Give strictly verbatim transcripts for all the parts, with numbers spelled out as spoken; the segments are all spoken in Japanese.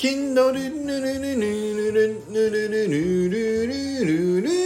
Kindle ルルルルルルルルルルルルルルル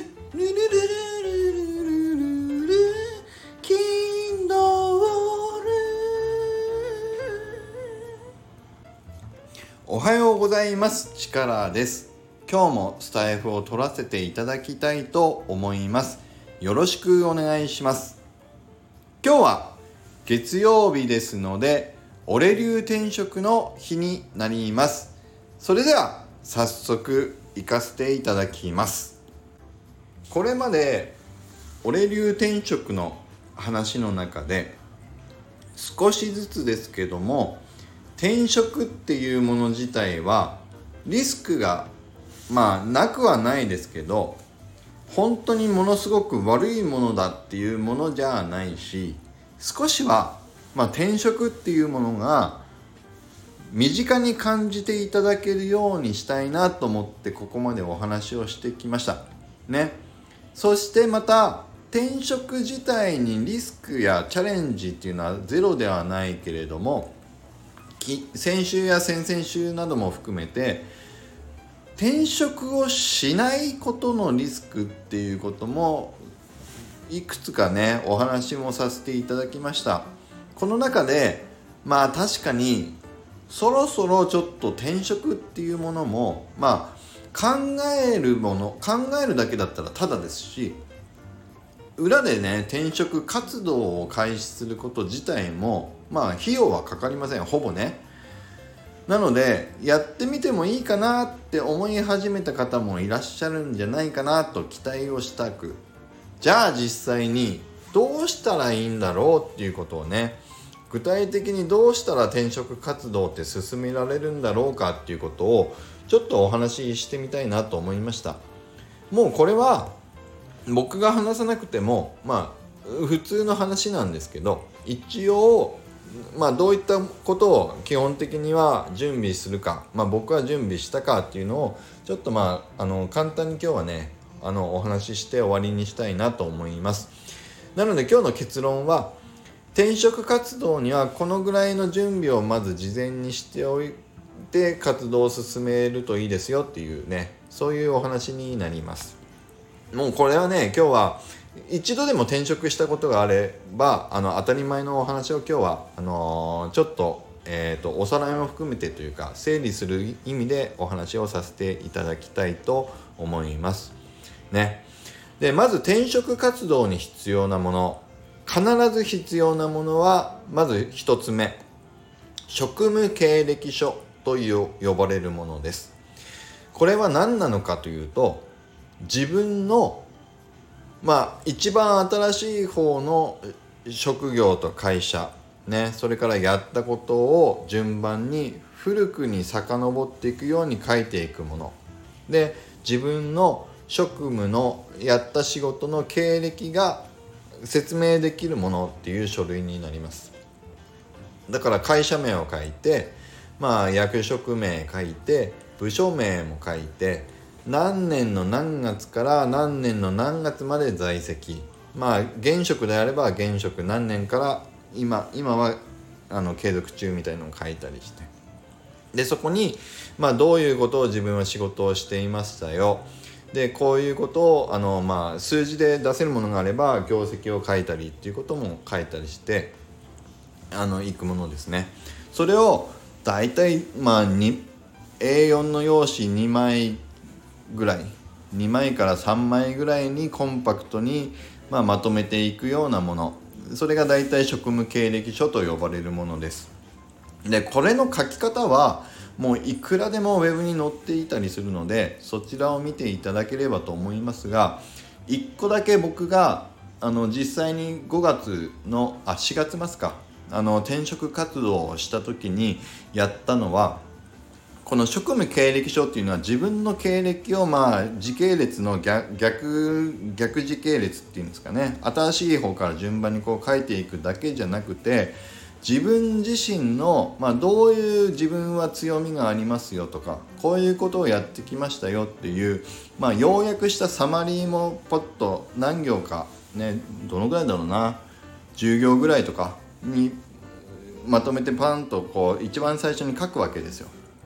おはようございます。チカラです。今日もスタイフを取らせていただきたいと思います。よろしくお願いします。今日は月曜日ですので、俺流転職の日になります。それでは早速行かせていただきます。これまで俺流転職の話の中で少しずつですけども、転職っていうもの自体はリスクがまあなくはないですけど、本当にものすごく悪いものだっていうものじゃないし、少しはまあ転職っていうものが身近に感じていただけるようにしたいなと思ってここまでお話をしてきましたね。そしてまた転職自体にリスクやチャレンジっていうのはゼロではないけれども、先週や先々週なども含めて転職をしないことのリスクっていうこともいくつかねお話もさせていただきました。この中でまあ確かにそろそろちょっと転職っていうものもまあ考えるもの考えるだけだったらただですし、裏でね転職活動を開始すること自体もまあ費用はかかりません、ほぼね。なのでやってみてもいいかなって思い始めた方もいらっしゃるんじゃないかなと期待をしたく、じゃあ実際にどうしたらいいんだろうっていうことをね、具体的にどうしたら転職活動って進められるんだろうかっていうことをちょっとお話ししてみたいなと思いました。もうこれは僕が話さなくてもまあ普通の話なんですけど、一応まあどういったことを基本的には準備するか、まあ僕は準備したかっていうのをちょっとまああの簡単に今日はねあのお話しして終わりにしたいなと思います。なので今日の結論は、転職活動にはこのぐらいの準備をまず事前にしておいて活動を進めるといいですよっていうね、そういうお話になります。もうこれはね今日は一度でも転職したことがあればあの当たり前のお話を今日はあのー、ちょっと、えーと、おさらいも含めてというか整理する意味でお話をさせていただきたいと思いますね。でまず転職活動に必要なもの、必ず必要なものはまず一つ目、職務経歴書という呼ばれるものです。これは何なのかというと、自分のまあ一番新しい方の職業と会社ね、それからやったことを順番に古くに遡っていくように書いていくもので、自分の職務のやった仕事の経歴が説明できるものっていう書類になります。だから会社名を書いて、まあ役職名書いて、部署名も書いて、何年の何月から何年の何月まで在籍、まあ現職であれば現職何年から今今はあの継続中みたいなのを書いたりして、でそこにまあどういうことを自分は仕事をしていましたよ、でこういうことをあのまあ数字で出せるものがあれば業績を書いたりっていうことも書いたりしてあのいくものですね。それをだいたいまあ エーよん の用紙にまいぐらい、にまいからさんまいぐらいにコンパクトに、まあ、まとめていくようなもの、それがだいたい職務経歴書と呼ばれるものです。でこれの書き方はもういくらでもウェブに載っていたりするので、そちらを見ていただければと思いますが、いっこだけ僕があの実際にごがつのあしがつ末かあの転職活動をした時にやったのは、この職務経歴書っていうのは自分の経歴をまあ時系列の 逆, 逆, 逆時系列っていうんですかね、新しい方から順番にこう書いていくだけじゃなくて、自分自身の、まあ、どういう自分は強みがありますよとか、こういうことをやってきましたよっていう、まあ、要約したサマリーもポッと何行かね、どのぐらいだろうな、じゅうぎょうぐらいとかにまとめてパンとこう一番最初に書くわけですよ。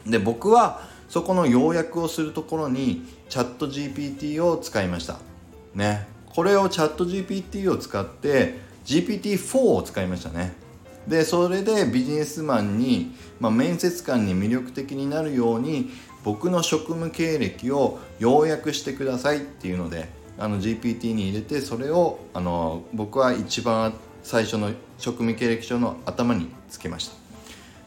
で、僕はそこの要約をするところにチャット ジーピーティー を使いましたね。これをチャット ジーピーティー を使って ジーピーティーフォー を使いましたね。でそれでビジネスマンに、まあ、面接官に魅力的になるように僕の職務経歴を要約してくださいっていうので、あの ジーピーティー に入れて、それをあの僕は一番最初の職務経歴書の頭につけました、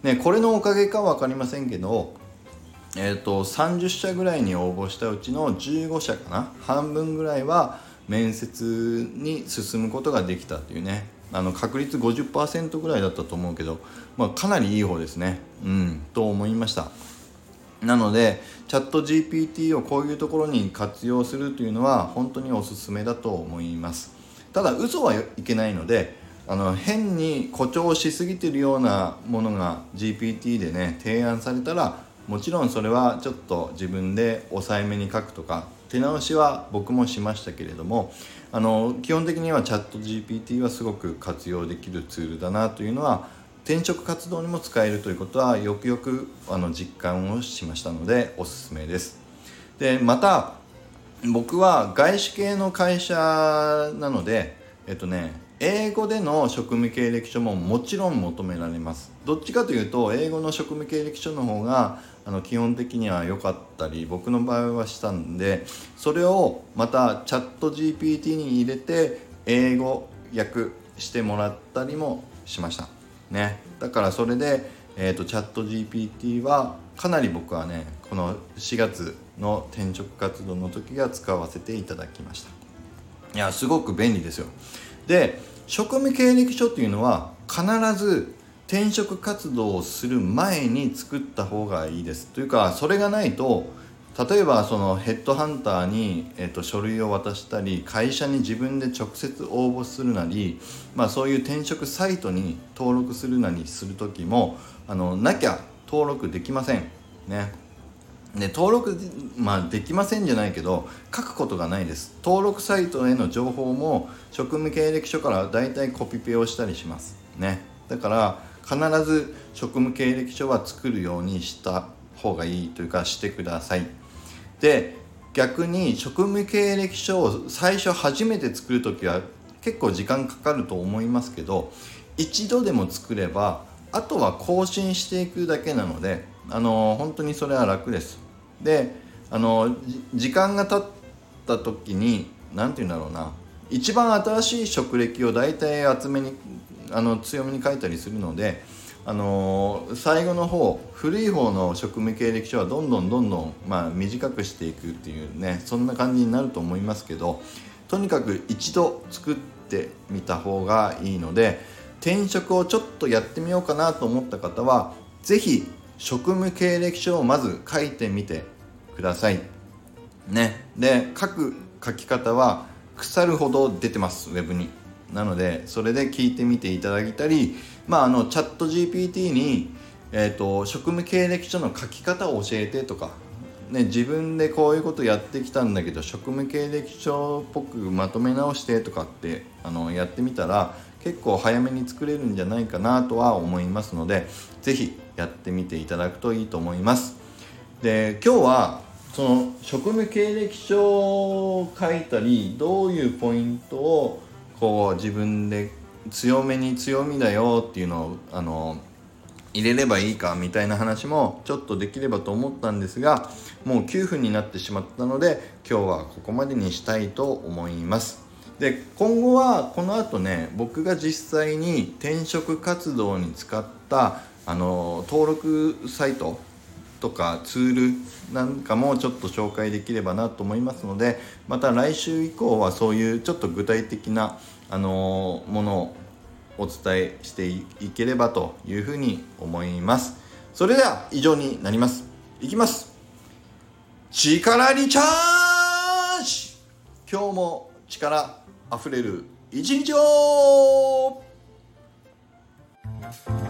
ね、これのおかげか分かりませんけど、えーと、さんじゅっしゃぐらいに応募したうちのじゅうごしゃかな、半分ぐらいは面接に進むことができたというね、あの確率 ごじゅっパーセント ぐらいだったと思うけど、まあ、かなりいい方ですね、うん、と思いました。なのでチャット ジーピーティー をこういうところに活用するというのは本当におすすめだと思います。ただ嘘はいけないので、あの変に誇張しすぎているようなものが ジーピーティー でね提案されたら、もちろんそれはちょっと自分で抑えめに書くとか手直しは僕もしましたけれども、あの基本的にはチャット ジーピーティー はすごく活用できるツールだなというのは、転職活動にも使えるということはよくよくあの実感をしましたのでおすすめです。でまた僕は外資系の会社なので、えっとね英語での職務経歴書ももちろん求められます。どっちかというと英語の職務経歴書の方があの基本的には良かったり僕の場合はしたんで、それをまたチャット ジーピーティー に入れて英語訳してもらったりもしましたね。だからそれで、えーと、チャット ジーピーティー はかなり僕はねこのしがつの転職活動の時が使わせていただきました。いやすごく便利ですよ。で職務経歴書っていうのは必ず転職活動をする前に作った方がいいです。というかそれがないと、例えばそのヘッドハンターに、えっと、書類を渡したり会社に自分で直接応募するなり、まあ、そういう転職サイトに登録するなりする時もあのなきゃ登録できませんね。で登録、まあ、できませんじゃないけど書くことがないです。登録サイトへの情報も職務経歴書からだいたいコピペをしたりしますね。だから必ず職務経歴書は作るようにした方がいいというかしてください。で逆に職務経歴書を最初初めて作るときは結構時間かかると思いますけど、一度でも作ればあとは更新していくだけなので、あの本当にそれは楽です。であの時間が経った時に何て言うんだろうな、一番新しい職歴を大体厚めにあの強めに書いたりするので、あのー、最後の方古い方の職務経歴書はどんどんどんどん、まあ、短くしていくっていうね、そんな感じになると思いますけど、とにかく一度作ってみた方がいいので、転職をちょっとやってみようかなと思った方はぜひ職務経歴書をまず書いてみてくださいね。で書く書き方は腐るほど出てます、ウェブに。なのでそれで聞いてみていただいたり、まあ、あのチャット ジーピーティー に、えーと、職務経歴書の書き方を教えてとか、ね、自分でこういうことやってきたんだけど職務経歴書っぽくまとめ直してとかってあのやってみたら結構早めに作れるんじゃないかなとは思いますので、ぜひやってみていただくといいと思います。で今日はその職務経歴書を書いたり、どういうポイントをこう自分で強めに強みだよっていうのをあの入れればいいかみたいな話もちょっとできればと思ったんですが、もうきゅうふんになってしまったので今日はここまでにしたいと思います。で今後はこの後ね、僕が実際に転職活動に使ったあの登録サイトとかツールなんかもちょっと紹介できればなと思いますので、また来週以降はそういうちょっと具体的なあのものをお伝えしていければというふうに思います。それでは以上になります。いきます。力リチャージ。今日も力あふれる一日を。